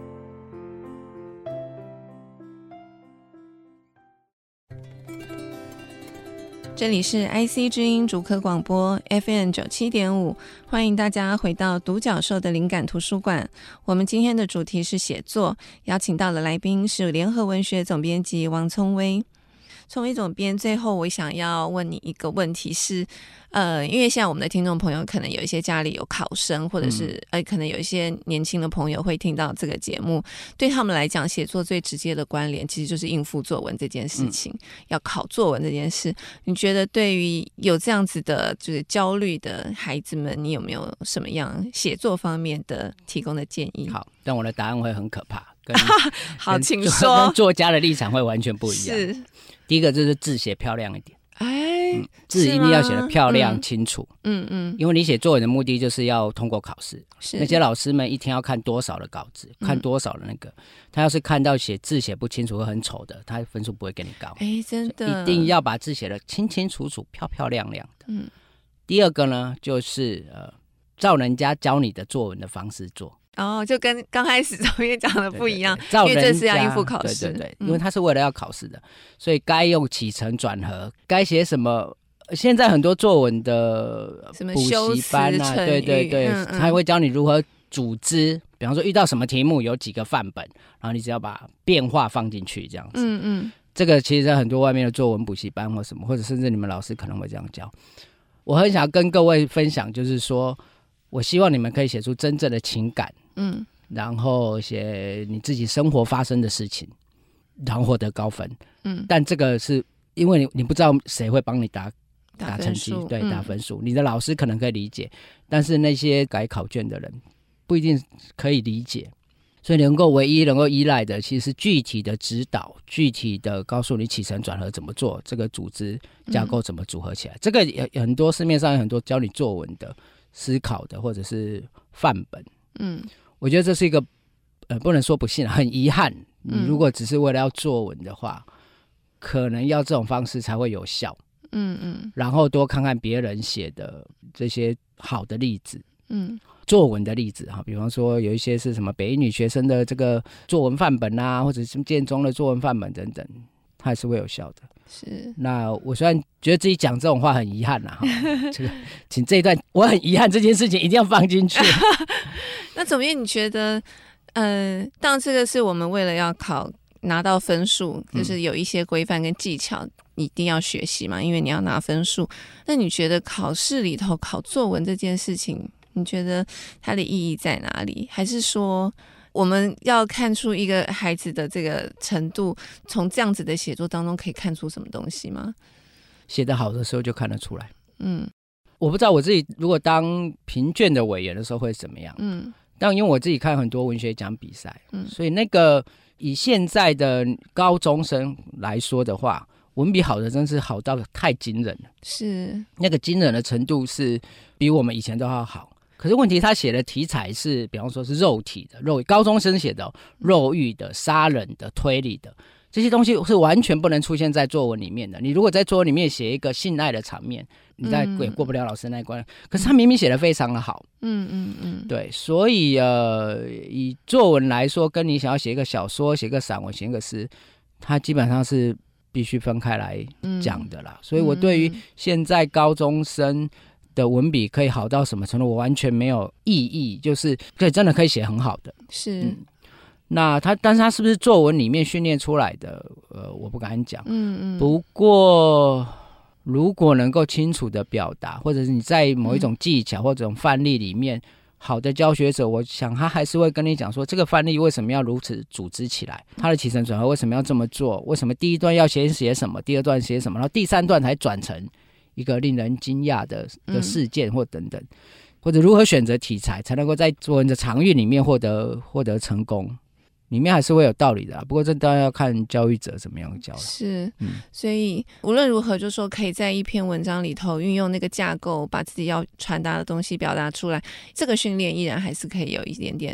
这里是 I C 之音竹科广播 F M 九十七点五， 欢迎大家回到独角兽的灵感图书馆。我们今天的主题是写作，邀请到的来宾是联合文学总编辑王聪威。聪威总编，最后我想要问你一个问题是，呃，因为现在我们的听众朋友可能有一些家里有考生，或者是、嗯、呃，可能有一些年轻的朋友会听到这个节目，对他们来讲，写作最直接的关联其实就是应付作文这件事情，嗯、要考作文这件事。你觉得对于有这样子的就是焦虑的孩子们，你有没有什么样写作方面的提供的建议？ 好，但我的答案会很可怕。跟好，请说。 跟作家的立场会完全不一样。 是， 第一个就是字写漂亮一点。 哎、嗯， 字一定要写得漂亮、嗯、清楚。 嗯嗯， 因为你写作文的目的就是要通过考试。 是， 那些老师们一天要看多少的稿子，看多少的那个，嗯、他要是看到写字写不清楚会很丑的，他分数不会给你高。 哎，真的， 一定要把字写得清清楚楚、漂漂亮亮的。 嗯。 第二个呢，就是呃，照人家教你的作文的方式做。 哦，就跟刚开始总编讲的不一样， 对对对，因为这是要应付考试， 对对对、嗯，因为他是为了要考试的，所以该用起承转合，该写什么。现在很多作文的补习班啊，对对对，嗯嗯，他会教你如何组织，比方说遇到什么题目有几个范本，然后你只要把变化放进去，这样子。 嗯嗯， 这个其实在很多外面的作文补习班或什么，或者甚至你们老师可能会这样教。我很想跟各位分享，就是说我希望你们可以写出真正的情感。嗯，然后写你自己生活发生的事情，然后获得高分。嗯，但这个是因为 你, 你不知道谁会帮你打打成绩，对，打分数、嗯。你的老师可能可以理解，但是那些改考卷的人不一定可以理解。所以能够唯一能够依赖的，其实是具体的指导，具体的告诉你起承转合怎么做，这个组织架构怎么组合起来。嗯、这个也很多市面上有很多教你作文的、思考的，或者是范本。嗯。我觉得这是一个，呃，不能说不幸，很遗憾。你如果只是为了要作文的话，嗯、可能要这种方式才会有效。嗯嗯。然后多看看别人写的这些好的例子，嗯，作文的例子哈，比方说有一些是什么北一女学生的这个作文范本啊，或者是建中的作文范本等等，它还是会有效的。 是。那我虽然觉得自己讲这种话很遗憾啦，这个请这一段我很遗憾这件事情一定要放进去。 那总编你觉得呃，当然这个是我们为了要考拿到分数，就是有一些规范跟技巧一定要学习嘛，因为你要拿分数。那你觉得考试里头考作文这件事情，你觉得它的意义在哪里？还是说我们要看出一个孩子的这个程度，从这样子的写作当中可以看出什么东西吗？ 写得好的时候就看得出来。嗯，我不知道我自己如果当评卷的委员的时候会怎么样。嗯，但因为我自己看很多文学奖比赛，嗯，所以那个以现在的高中生来说的话，文笔好的真是好到太惊人了。 是， 那个惊人的程度是比我们以前都要好。可是问题他写的题材是比方说是肉体的，肉高中生写的、哦、肉欲的、杀人的、推理的，这些东西是完全不能出现在作文里面的。你如果在作文里面写一个性爱的场面，你再也过不了老师那一关、嗯、可是他明明写得非常的好。嗯嗯嗯，对，所以呃，以作文来说，跟你想要写一个小说、写一个散文、写一个诗，它基本上是必须分开来讲的啦、嗯、所以我对于现在高中生的文笔可以好到什么程度，我完全没有异议，就是可以真的可以写很好的。 是、嗯、 那他但是他是不是作文里面训练出来的，呃，我不敢讲。嗯嗯。不过如果能够清楚的表达，或者是你在某一种技巧或者这种范例里面、嗯、好的教学者，我想他还是会跟你讲说，这个范例为什么要如此组织起来，他的起承转合为什么要这么做，为什么第一段要先写什么，第二段写什么，然后第三段才转成一个令人惊讶 的, 的事件或等等、嗯、或者如何选择题材才能够在作文的场域里面获得获得成功，里面还是会有道理的、啊、不过这当然要看教育者怎么样教。 是、嗯、所以无论如何就说可以在一篇文章里头运用那个架构，把自己要传达的东西表达出来，这个训练依然还是可以有一点点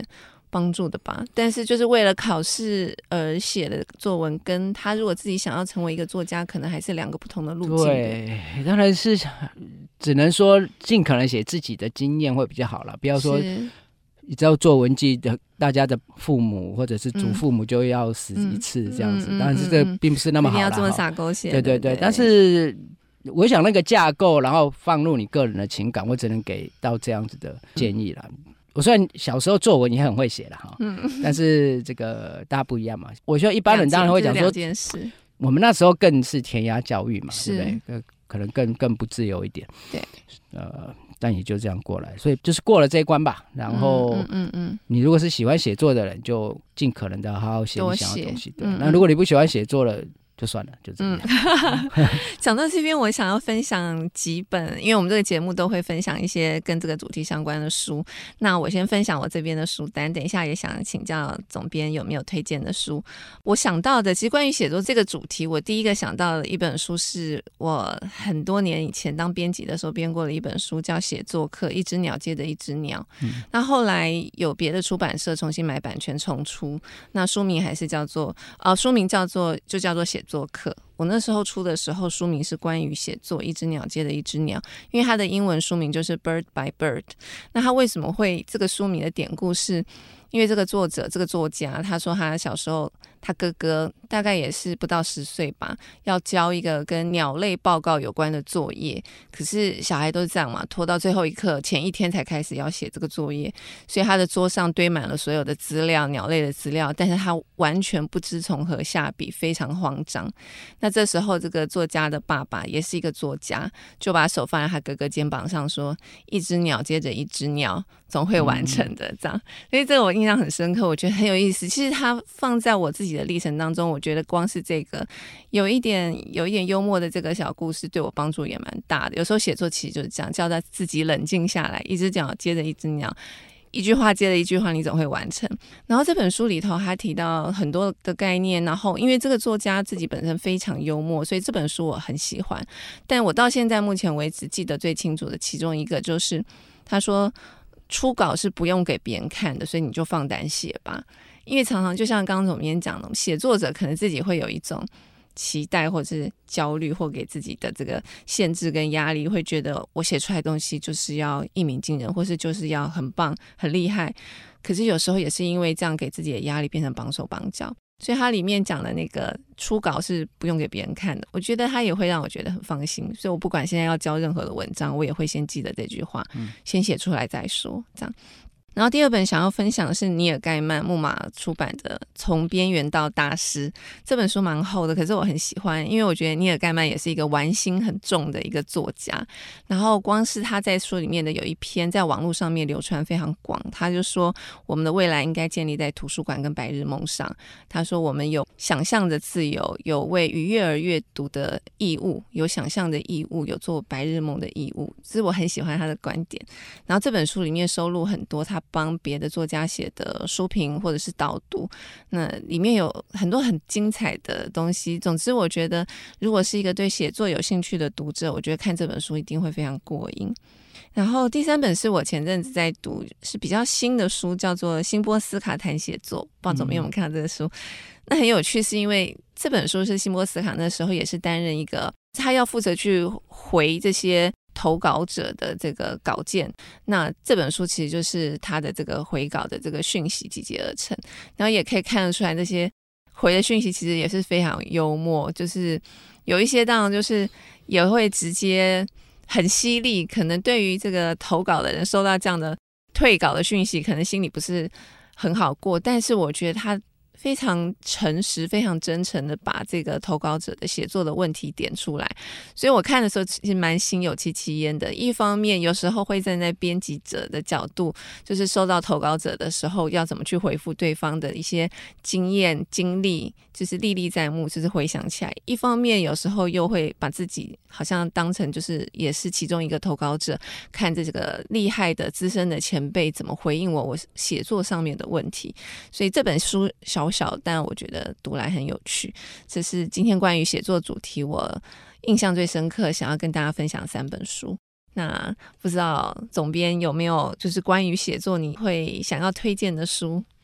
帮助的吧。但是就是为了考试而写的作文，跟他如果自己想要成为一个作家，可能还是两个不同的路径。 对，当然是只能说尽可能写自己的经验会比较好了，不要说你知道做文记的大家的父母或者是祖父母就要死一次这样子，嗯嗯嗯嗯、当然是这并不是那么好啦， 一定要这么洒狗血。 对对对， 对， 但是我想那个架构，然后放入你个人的情感，我只能给到这样子的建议啦。嗯、我虽然小时候作文也很会写了哈，嗯、但是这个大家不一样嘛。我觉得一般人当然会讲说， 两件事，我们那时候更是填鸭教育嘛， 是对不对？可能更更不自由一点。 对， 呃。但也就这样过来，所以就是过了这一关吧。然后，嗯嗯嗯，你如果是喜欢写作的人，就尽可能的好好写你想要的东西。对，嗯嗯，那如果你不喜欢写作了，就算了，就这样。 讲、嗯、到这边，我想要分享几本，因为我们这个节目都会分享一些跟这个主题相关的书。那我先分享我这边的书单，等一下也想请教总编有没有推荐的书。我想到的，其实关于写作这个主题，我第一个想到的一本书是我很多年以前当编辑的时候编过的一本书，叫《写作课》，一只鸟接着一只鸟。嗯、那后来有别的出版社重新买版权重出，那书名还是叫做呃，书名叫做就叫做写作课。我那时候出的时候，书名是关于写作，一只鸟接着一只鸟，因为它的英文书名就是 Bird by Bird。那它为什么会这个书名的典故是？因为这个作者，这个作家，他说他小时候，他哥哥大概也是不到十岁吧，要交一个跟鸟类报告有关的作业，可是小孩都是这样嘛，拖到最后一刻，前一天才开始要写这个作业，所以他的桌上堆满了所有的资料，鸟类的资料，但是他完全不知从何下笔，非常慌张。那这时候，这个作家的爸爸也是一个作家，就把手放在他哥哥肩膀上说：“一只鸟接着一只鸟，总会完成的。”这样，所以这个我印象很深刻，我觉得很有意思。其实它放在我自己的历程当中，我觉得光是这个有一点有一点幽默的这个小故事，对我帮助也蛮大的。有时候写作其实就是这样，叫他自己冷静下来，一只鸟接着一只鸟，一句话接着一句话，你总会完成。然后这本书里头他提到很多的概念，然后因为这个作家自己本身非常幽默，所以这本书我很喜欢。但我到现在目前为止记得最清楚的其中一个就是他说初稿是不用给别人看的，所以你就放胆写吧。因为常常就像刚刚总编讲的，写作者可能自己会有一种期待或者是焦虑，或给自己的这个限制跟压力，会觉得我写出来的东西就是要一鸣惊人，或是就是要很棒很厉害。可是有时候也是因为这样给自己的压力变成绑手绑脚，所以它里面讲的那个初稿是不用给别人看的，我觉得它也会让我觉得很放心。所以我不管现在要交任何的文章，我也会先记得这句话，嗯、先写出来再说，这样。然后第二本想要分享的是尼尔盖曼木马出版的《从边缘到大师》，这本书蛮厚的，可是我很喜欢，因为我觉得尼尔盖曼也是一个玩心很重的一个作家。然后光是他在书里面的有一篇在网络上面流传非常广，他就说我们的未来应该建立在图书馆跟白日梦上。他说我们有想象的自由，有为愉悦而阅读的义务，有想象的义务，有做白日梦的义务。这是我很喜欢他的观点。然后这本书里面收录很多他帮别的作家写的书评或者是导读，那里面有很多很精彩的东西。总之我觉得如果是一个对写作有兴趣的读者，我觉得看这本书一定会非常过瘾。然后第三本是我前阵子在读，是比较新的书，叫做辛波斯卡谈写作，不知道怎么有没有看到这个书。那很有趣，是因为这本书是辛波斯卡那时候也是担任一个，他要负责去回这些投稿者的这个稿件，那这本书其实就是他的这个回稿的这个讯息集结而成。然后也可以看得出来，这些回的讯息其实也是非常幽默，就是有一些当然就是也会直接很犀利，可能对于这个投稿的人收到这样的退稿的讯息，可能心里不是很好过，但是我觉得他非常诚实非常真诚的把这个投稿者的写作的问题点出来，所以我看的时候其实蛮心有戚戚焉的。一方面有时候会站在编辑者的角度，就是收到投稿者的时候要怎么去回复对方的一些经验经历，就是历历在目，就是回想起来。一方面有时候又会把自己好像当成就是也是其中一个投稿者，看这个厉害的资深的前辈怎么回应我我写作上面的问题。所以这本书小小，但我觉得读来很有趣。这是今天关于写作主题我印象最深刻，想要跟大家分享三本书。那不知道总编有没有就是关于写作你会想要推荐的书？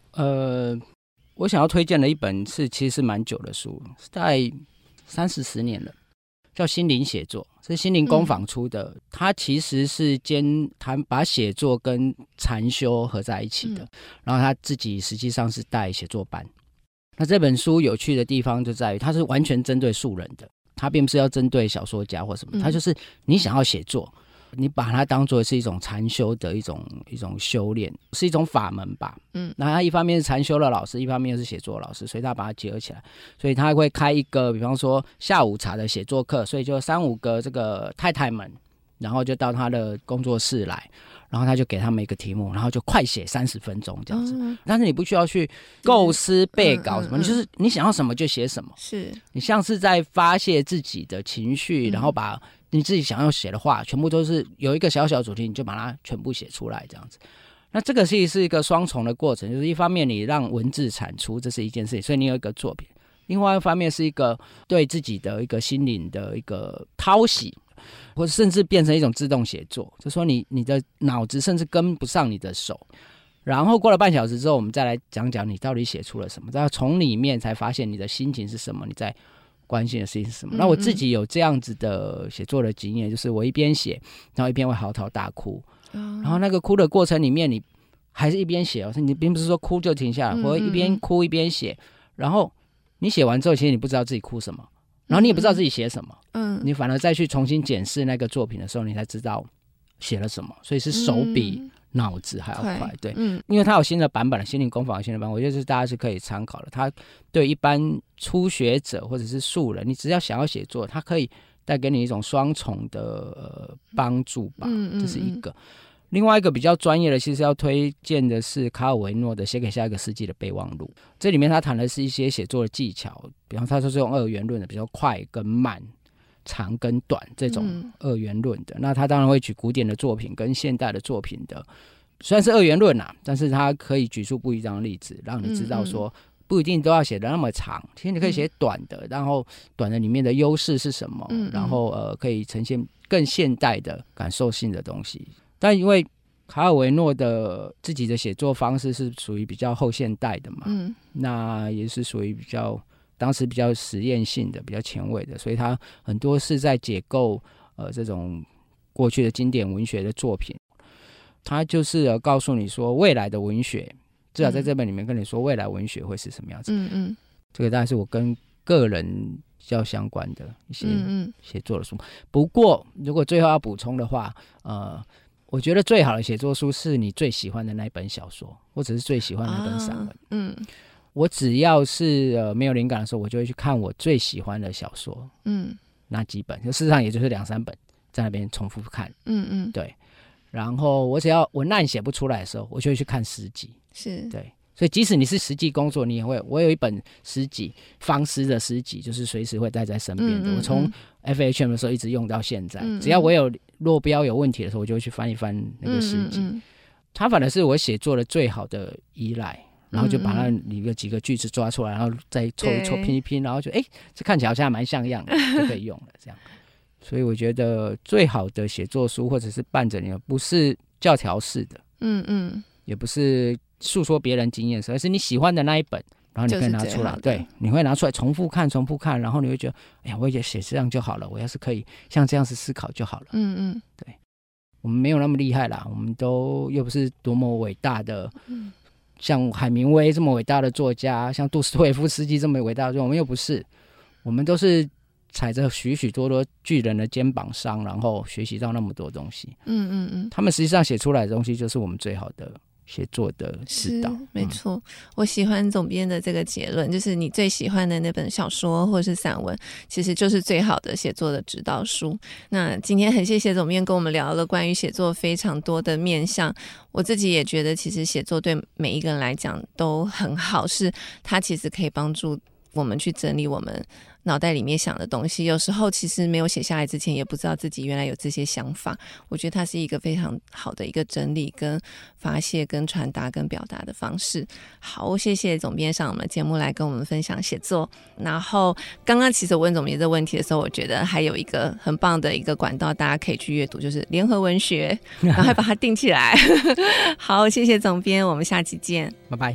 呃，我想要推荐的一本是其实是蛮久的书，大概三四十年了，叫《心灵写作》，是心灵工坊出的。嗯、它其实是兼谈把写作跟禅修合在一起的，嗯、然后他自己实际上是带写作班。那这本书有趣的地方就在于，它是完全针对素人的，它并不是要针对小说家或什么，它就是你想要写作。你把它当作是一种禅修的一种一种修炼，是一种法门吧。嗯，那他一方面是禅修的老师，一方面又是写作的老师，所以他把它结合起来。所以他会开一个，比方说下午茶的写作课，所以就三五个这个太太们，然后就到他的工作室来，然后他就给他们一个题目，然后就快写三十分钟这样子。嗯、但是你不需要去构思背稿什么，嗯嗯嗯、你就是你想要什么就写什么。是你像是在发泄自己的情绪，嗯、然后把你自己想要写的话，全部都是有一个小小主题，你就把它全部写出来这样子。那这个其实是一个双重的过程，就是一方面你让文字产出，这是一件事情，所以你有一个作品；另外一方面是一个对自己的一个心灵的一个淘洗，或者甚至变成一种自动写作，就说你你的脑子甚至跟不上你的手。然后过了半小时之后，我们再来讲讲你到底写出了什么，然后从里面才发现你的心情是什么，你在关心的事情是什么。嗯嗯，那我自己有这样子的写作的经验，就是我一边写，然后一边会嚎啕大哭，哦、然后那个哭的过程里面，你还是一边写，你并不是说哭就停下来，我会一边哭一边写，然后你写完之后，其实你不知道自己哭什么，然后你也不知道自己写什么，嗯，你反而再去重新检视那个作品的时候，你才知道写了什么，所以是手比脑子还要快，嗯、对，嗯，因为它有新的版本了，心灵工坊有新的版本，我觉得是大家是可以参考的。它对一般初学者或者是素人，你只要想要写作，它可以带给你一种双重的、呃、帮助吧，嗯嗯嗯，这是一个。另外一个比较专业的，其实要推荐的是卡尔维诺的《写给下一个世纪的备忘录》，这里面他谈的是一些写作的技巧，比方他说是用二元论的，比较快跟慢，长跟短这种二元论的，嗯、那他当然会举古典的作品跟现代的作品的，虽然是二元论啦，但是他可以举出不一样的例子，让你知道说不一定都要写的那么长，其实你可以写短的，然后短的里面的优势是什么，嗯、然后呃可以呈现更现代的感受性的东西。但因为卡尔维诺的自己的写作方式是属于比较后现代的嘛，嗯、那也是属于比较当时比较实验性的、比较前卫的，所以他很多是在解构呃这种过去的经典文学的作品。他就是呃告诉你说，未来的文学，至少在这本里面跟你说未来文学会是什么样子。嗯嗯，这个大概是我跟个人比较相关的一些写作的书。嗯嗯，不过，如果最后要补充的话，呃。我觉得最好的写作书是你最喜欢的那一本小说，或者是最喜欢的那本散文。啊、嗯，我只要是呃没有灵感的时候，我就会去看我最喜欢的小说，嗯，那几本，事实上也就是两三本，在那边重复看。嗯嗯，对。然后我只要文案写不出来的时候，我就会去看诗集。是，对。所以即使你是实际工作，你也会。我有一本诗集，方诗的诗集，就是随时会带在身边的。嗯嗯嗯，我从 F H M 的时候一直用到现在，嗯嗯，只要我有落标有问题的时候，我就会去翻一翻那个诗集。嗯嗯嗯，它反而是我写作的最好的依赖，然后就把那里面几个句子抓出来，然后再凑一凑拼一拼，然后就哎，这看起来好像还蛮像样的，就可以用了这样。所以我觉得最好的写作书或者是伴着你的，不是教条式的，嗯嗯，也不是诉说别人经验，而是你喜欢的那一本，然后你可以拿出来，对，你会拿出来重复看重复看，然后你会觉得哎呀，我也写这样就好了，我要是可以像这样子思考就好了。嗯嗯，对，我们没有那么厉害啦，我们都又不是多么伟大的，嗯，像海明威这么伟大的作家，像杜斯托耶夫斯基这么伟大的作家，我们又不是，我们都是踩着许许多多巨人的肩膀上，然后学习到那么多东西。嗯嗯嗯，他们实际上写出来的东西就是我们最好的写作的指导。 没错，嗯，我喜欢总编的这个结论，就是你最喜欢的那本小说或是散文，其实就是最好的写作的指导书。那今天很谢谢总编跟我们聊了关于写作非常多的面向，我自己也觉得其实写作对每一个人来讲都很好，是它其实可以帮助我们去整理我们脑袋里面想的东西，有时候其实没有写下来之前也不知道自己原来有这些想法，我觉得它是一个非常好的一个整理跟发泄跟传达跟表达的方式。好，谢谢总编上我们节目来跟我们分享写作。然后刚刚其实我问总编这个问题的时候，我觉得还有一个很棒的一个管道大家可以去阅读，就是联合文学，然后还把它订起来好，谢谢总编，我们下期见， 拜拜。 拜拜。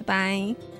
拜。